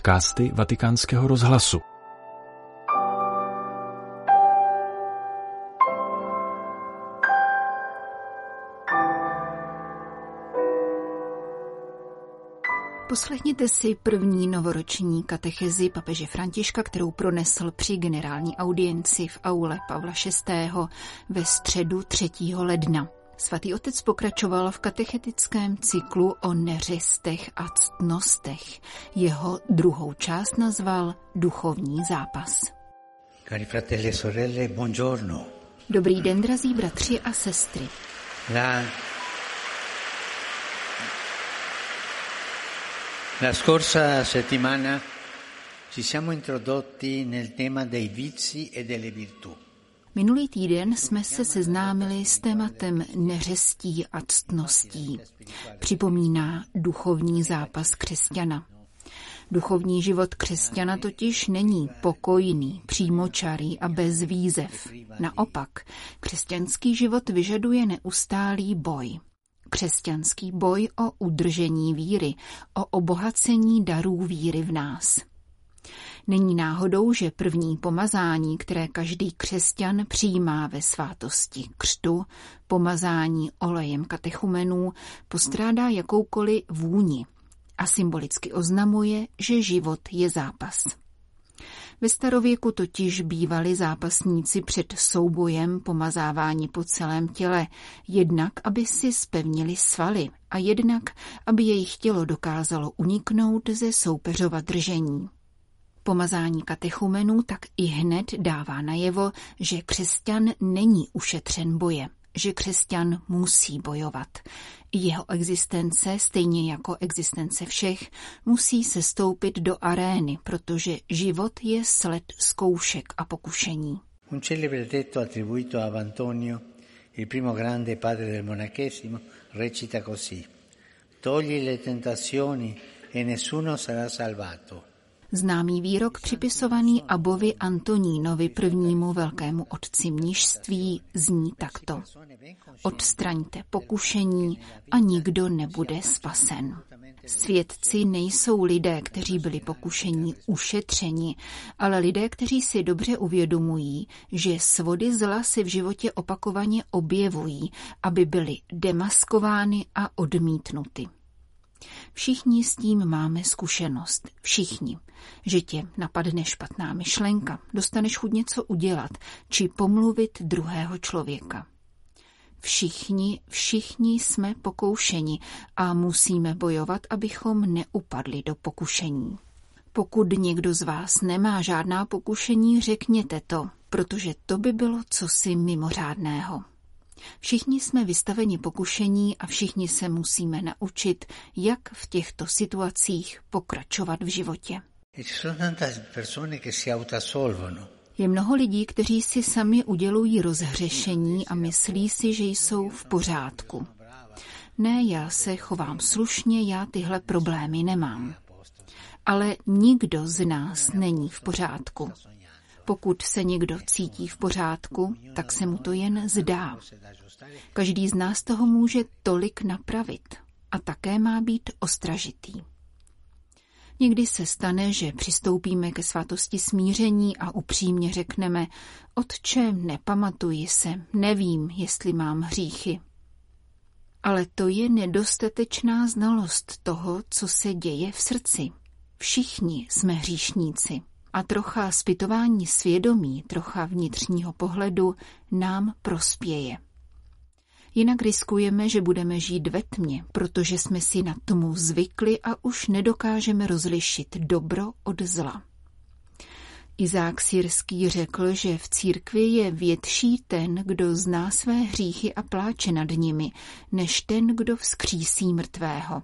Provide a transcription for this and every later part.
podcasty Vatikánského rozhlasu. Poslechněte si první novoroční katechezi papeže Františka, kterou pronesl při generální audienci v aule Pavla VI. Ve středu 3. ledna. Svatý otec pokračoval v katechetickém cyklu o neřestech a ctnostech. Jeho druhou část nazval Duchovní zápas. Cari fratelli e sorelle, buongiorno. Dobrý den, drazí bratři a sestry. La scorsa settimana ci siamo introdotti nel tema dei vizi e delle virtù. Minulý týden jsme se seznámili s tématem neřestí a ctností. Připomíná duchovní zápas křesťana. Duchovní život křesťana totiž není pokojný, přímočarý a bez výzev. Naopak, křesťanský život vyžaduje neustálý boj. Křesťanský boj o udržení víry, o obohacení darů víry v nás. Není náhodou, že první pomazání, které každý křesťan přijímá ve svátosti křtu, pomazání olejem katechumenů, postrádá jakoukoliv vůni a symbolicky oznamuje, že život je zápas. Ve starověku totiž bývali zápasníci před soubojem pomazávání po celém těle, jednak aby si zpevnili svaly a jednak aby jejich tělo dokázalo uniknout ze soupeřova držení. Pomazání katechumenů tak i hned dává najevo, že křesťan není ušetřen boje, že křesťan musí bojovat. Jeho existence, stejně jako existence všech, musí sestoupit do arény, protože život je sled zkoušek a pokušení. Un celebre detto attribuito a Antonio, il primo grande padre del monachesimo, recita così: Togli le tentazioni e nessuno sarà salvato. Známý výrok připisovaný Abovi Antonínovi, prvnímu velkému otci mnišství, zní takto: Odstraňte pokušení a nikdo nebude spasen. Svědci nejsou lidé, kteří byli pokušení ušetřeni, ale lidé, kteří si dobře uvědomují, že svody zla si v životě opakovaně objevují, aby byly demaskovány a odmítnuty. Všichni s tím máme zkušenost. Všichni. Že tě napadne špatná myšlenka, dostaneš chuť něco udělat, či pomluvit druhého člověka. Všichni jsme pokoušeni a musíme bojovat, abychom neupadli do pokušení. Pokud někdo z vás nemá žádná pokušení, řekněte to, protože to by bylo cosi mimořádného. Všichni jsme vystaveni pokušení a všichni se musíme naučit, jak v těchto situacích pokračovat v životě. Je mnoho lidí, kteří si sami udělují rozhřešení a myslí si, že jsou v pořádku. Ne, já se chovám slušně, já tyhle problémy nemám. Ale nikdo z nás není v pořádku. Pokud se někdo cítí v pořádku, tak se mu to jen zdá. Každý z nás toho může tolik napravit a také má být ostražitý. Někdy se stane, že přistoupíme ke svátosti smíření a upřímně řekneme: Otče, nepamatuji se, nevím, jestli mám hříchy. Ale to je nedostatečná znalost toho, co se děje v srdci. Všichni jsme hříšníci. A trocha zpytování svědomí, trocha vnitřního pohledu nám prospěje. Jinak riskujeme, že budeme žít ve tmě, protože jsme si na tmu zvykli a už nedokážeme rozlišit dobro od zla. Izák Syrský řekl, že v církvi je větší ten, kdo zná své hříchy a pláče nad nimi, než ten, kdo vzkřísí mrtvého.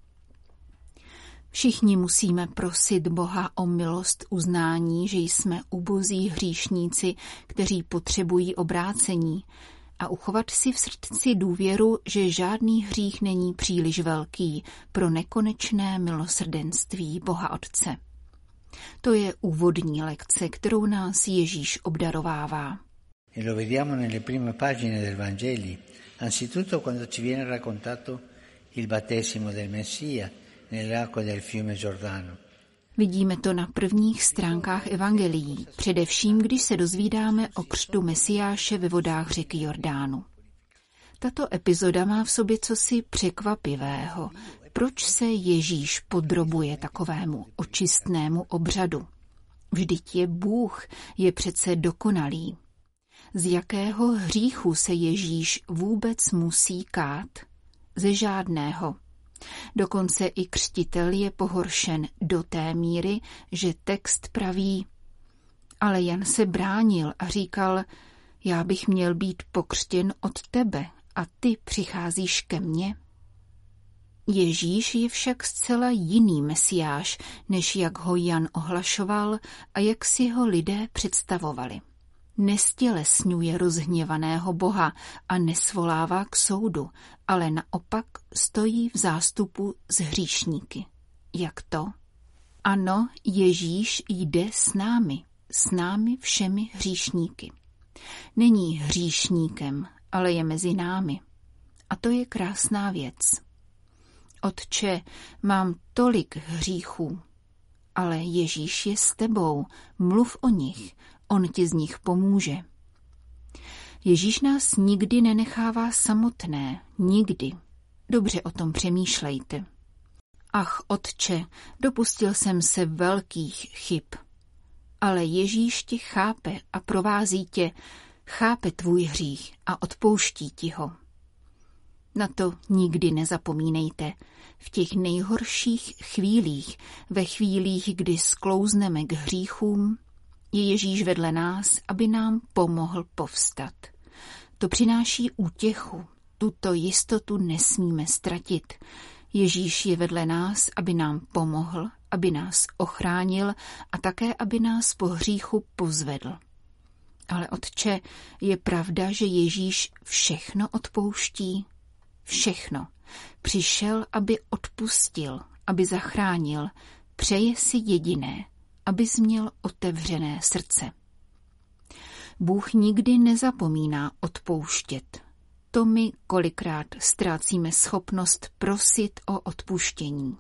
Všichni musíme prosit Boha o milost uznání, že jsme ubozí hříšníci, kteří potřebují obrácení, a uchovat si v srdci důvěru, že žádný hřích není příliš velký pro nekonečné milosrdenství Boha Otce. To je úvodní lekce, kterou nás Ježíš obdarovává. E lo vediamo nelle prime pagine del Vangeli, anzitutto quando ci viene raccontato il battesimo del Messia nell'acqua del fiume Giordano. Vidíme to na prvních stránkách evangelií, především když se dozvídáme o křtu Mesiáše ve vodách řeky Jordánu. Tato epizoda má v sobě cosi překvapivého. Proč se Ježíš podrobuje takovému očistnému obřadu? Vždyť je Bůh, je přece dokonalý. Z jakého hříchu se Ježíš vůbec musí kát? Ze žádného. Dokonce i křtitel je pohoršen do té míry, že text praví: ale Jan se bránil a říkal: já bych měl být pokřtěn od tebe a ty přicházíš ke mně. Ježíš je však zcela jiný Mesiáš, než jak ho Jan ohlašoval a jak si ho lidé představovali. Nestělesňuje rozhněvaného Boha a nesvolává k soudu, ale naopak stojí v zástupu s hříšníky. Jak to? Ano, Ježíš jde s námi všemi hříšníky. Není hříšníkem, ale je mezi námi. A to je krásná věc. Otče, mám tolik hříchů, ale Ježíš je s tebou, mluv o nich, on ti z nich pomůže. Ježíš nás nikdy nenechává samotné, nikdy. Dobře o tom přemýšlejte. Ach, Otče, dopustil jsem se velkých chyb. Ale Ježíš tě chápe a provází tě, chápe tvůj hřích a odpouští ti ho. Na to nikdy nezapomínejte. V těch nejhorších chvílích, ve chvílích, kdy sklouzneme k hříchům, je Ježíš vedle nás, aby nám pomohl povstat. To přináší útěchu. Tuto jistotu nesmíme ztratit. Ježíš je vedle nás, aby nám pomohl, aby nás ochránil a také, aby nás po hříchu pozvedl. Ale Otče, je pravda, že Ježíš všechno odpouští? Všechno. Přišel, aby odpustil, aby zachránil. Přeje si jediné, abys měl otevřené srdce. Bůh nikdy nezapomíná odpouštět. To my kolikrát ztrácíme schopnost prosit o odpuštění.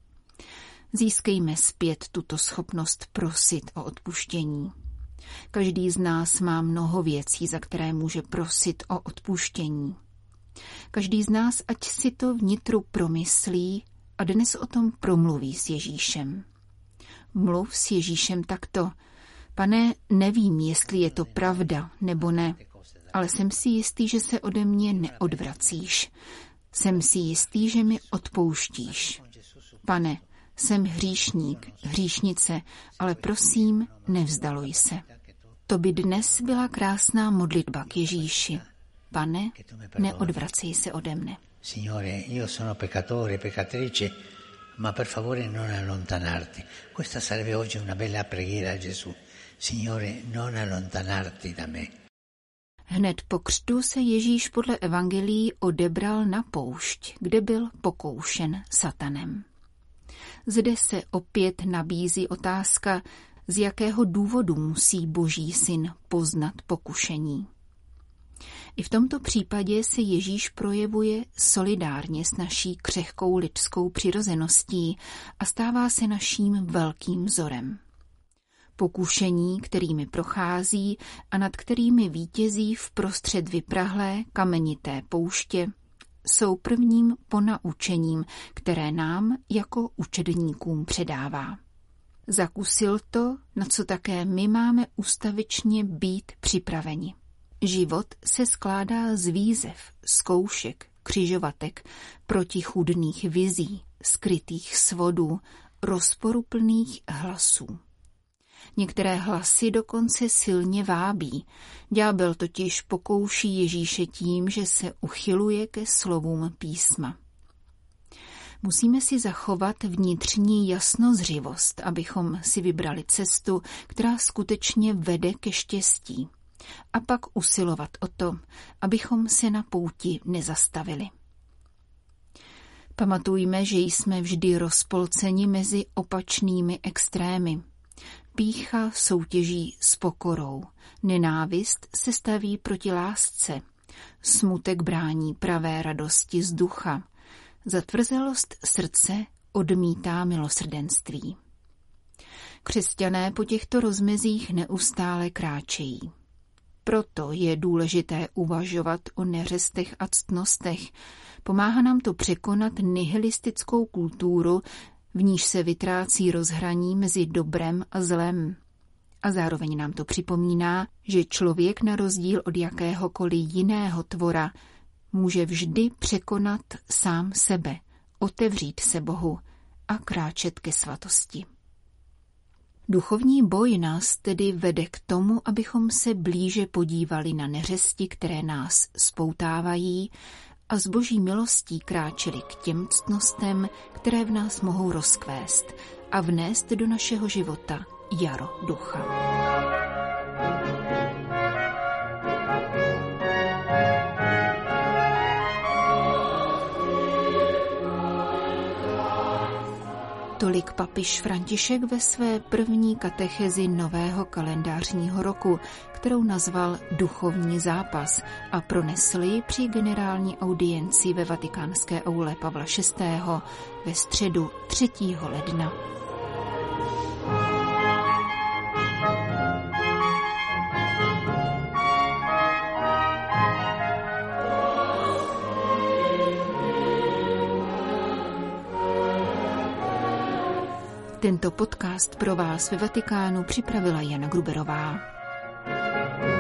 Získejme zpět tuto schopnost prosit o odpuštění. Každý z nás má mnoho věcí, za které může prosit o odpuštění. Každý z nás, ať si to vnitru promyslí a dnes o tom promluví s Ježíšem. Mluv s Ježíšem takto: Pane, nevím, jestli je to pravda nebo ne, ale jsem si jistý, že se ode mě neodvracíš. Jsem si jistý, že mi odpouštíš. Pane, jsem hříšník, hříšnice, ale prosím, nevzdaluj se. To by dnes byla krásná modlitba k Ježíši. Pane, neodvracej se ode mne. Signore, io sono peccatore, peccatrice, ma per favore non allontanarti. Questa sarebbe oggi una bella preghiera a Gesù. Signore, non allontanarti da me. Hned po křtu se Ježíš podle evangelií odebral na poušť, kde byl pokoušen satanem. Zde se opět nabízí otázka, z jakého důvodu musí Boží syn poznat pokušení. I v tomto případě se Ježíš projevuje solidárně s naší křehkou lidskou přirozeností a stává se naším velkým vzorem. Pokušení, kterými prochází a nad kterými vítězí vprostřed vyprahlé kamenité pouště, jsou prvním ponaučením, které nám jako učedníkům předává. Zakusil to, na co také my máme ustavičně být připraveni. Život se skládá z výzev, zkoušek, křižovatek, protichůdných vizí, skrytých svodů, rozporuplných hlasů. Některé hlasy dokonce silně vábí. Ďábel totiž pokouší Ježíše tím, že se uchyluje ke slovům písma. Musíme si zachovat vnitřní jasnozřivost, abychom si vybrali cestu, která skutečně vede ke štěstí. A pak usilovat o to, abychom se na pouti nezastavili. Pamatujme, že jsme vždy rozpolceni mezi opačnými extrémy. Pýcha soutěží s pokorou, nenávist se staví proti lásce, smutek brání pravé radosti z ducha, zatvrzelost srdce odmítá milosrdenství. Křesťané po těchto rozmezích neustále kráčejí. Proto je důležité uvažovat o neřestech a ctnostech. Pomáhá nám to překonat nihilistickou kulturu, v níž se vytrácí rozhraní mezi dobrem a zlem. A zároveň nám to připomíná, že člověk na rozdíl od jakéhokoliv jiného tvora může vždy překonat sám sebe, otevřít se Bohu a kráčet ke svatosti. Duchovní boj nás tedy vede k tomu, abychom se blíže podívali na neřesti, které nás spoutávají, a z Boží milostí kráčeli k těm ctnostem, které v nás mohou rozkvést a vnést do našeho života jaro ducha. Tolik papež František ve své první katechezi nového kalendářního roku, kterou nazval Duchovní zápas, a pronesl ji při generální audienci ve vatikánské aule Pavla VI. Ve středu 3. ledna. Tento podcast pro vás ve Vatikánu připravila Jana Gruberová.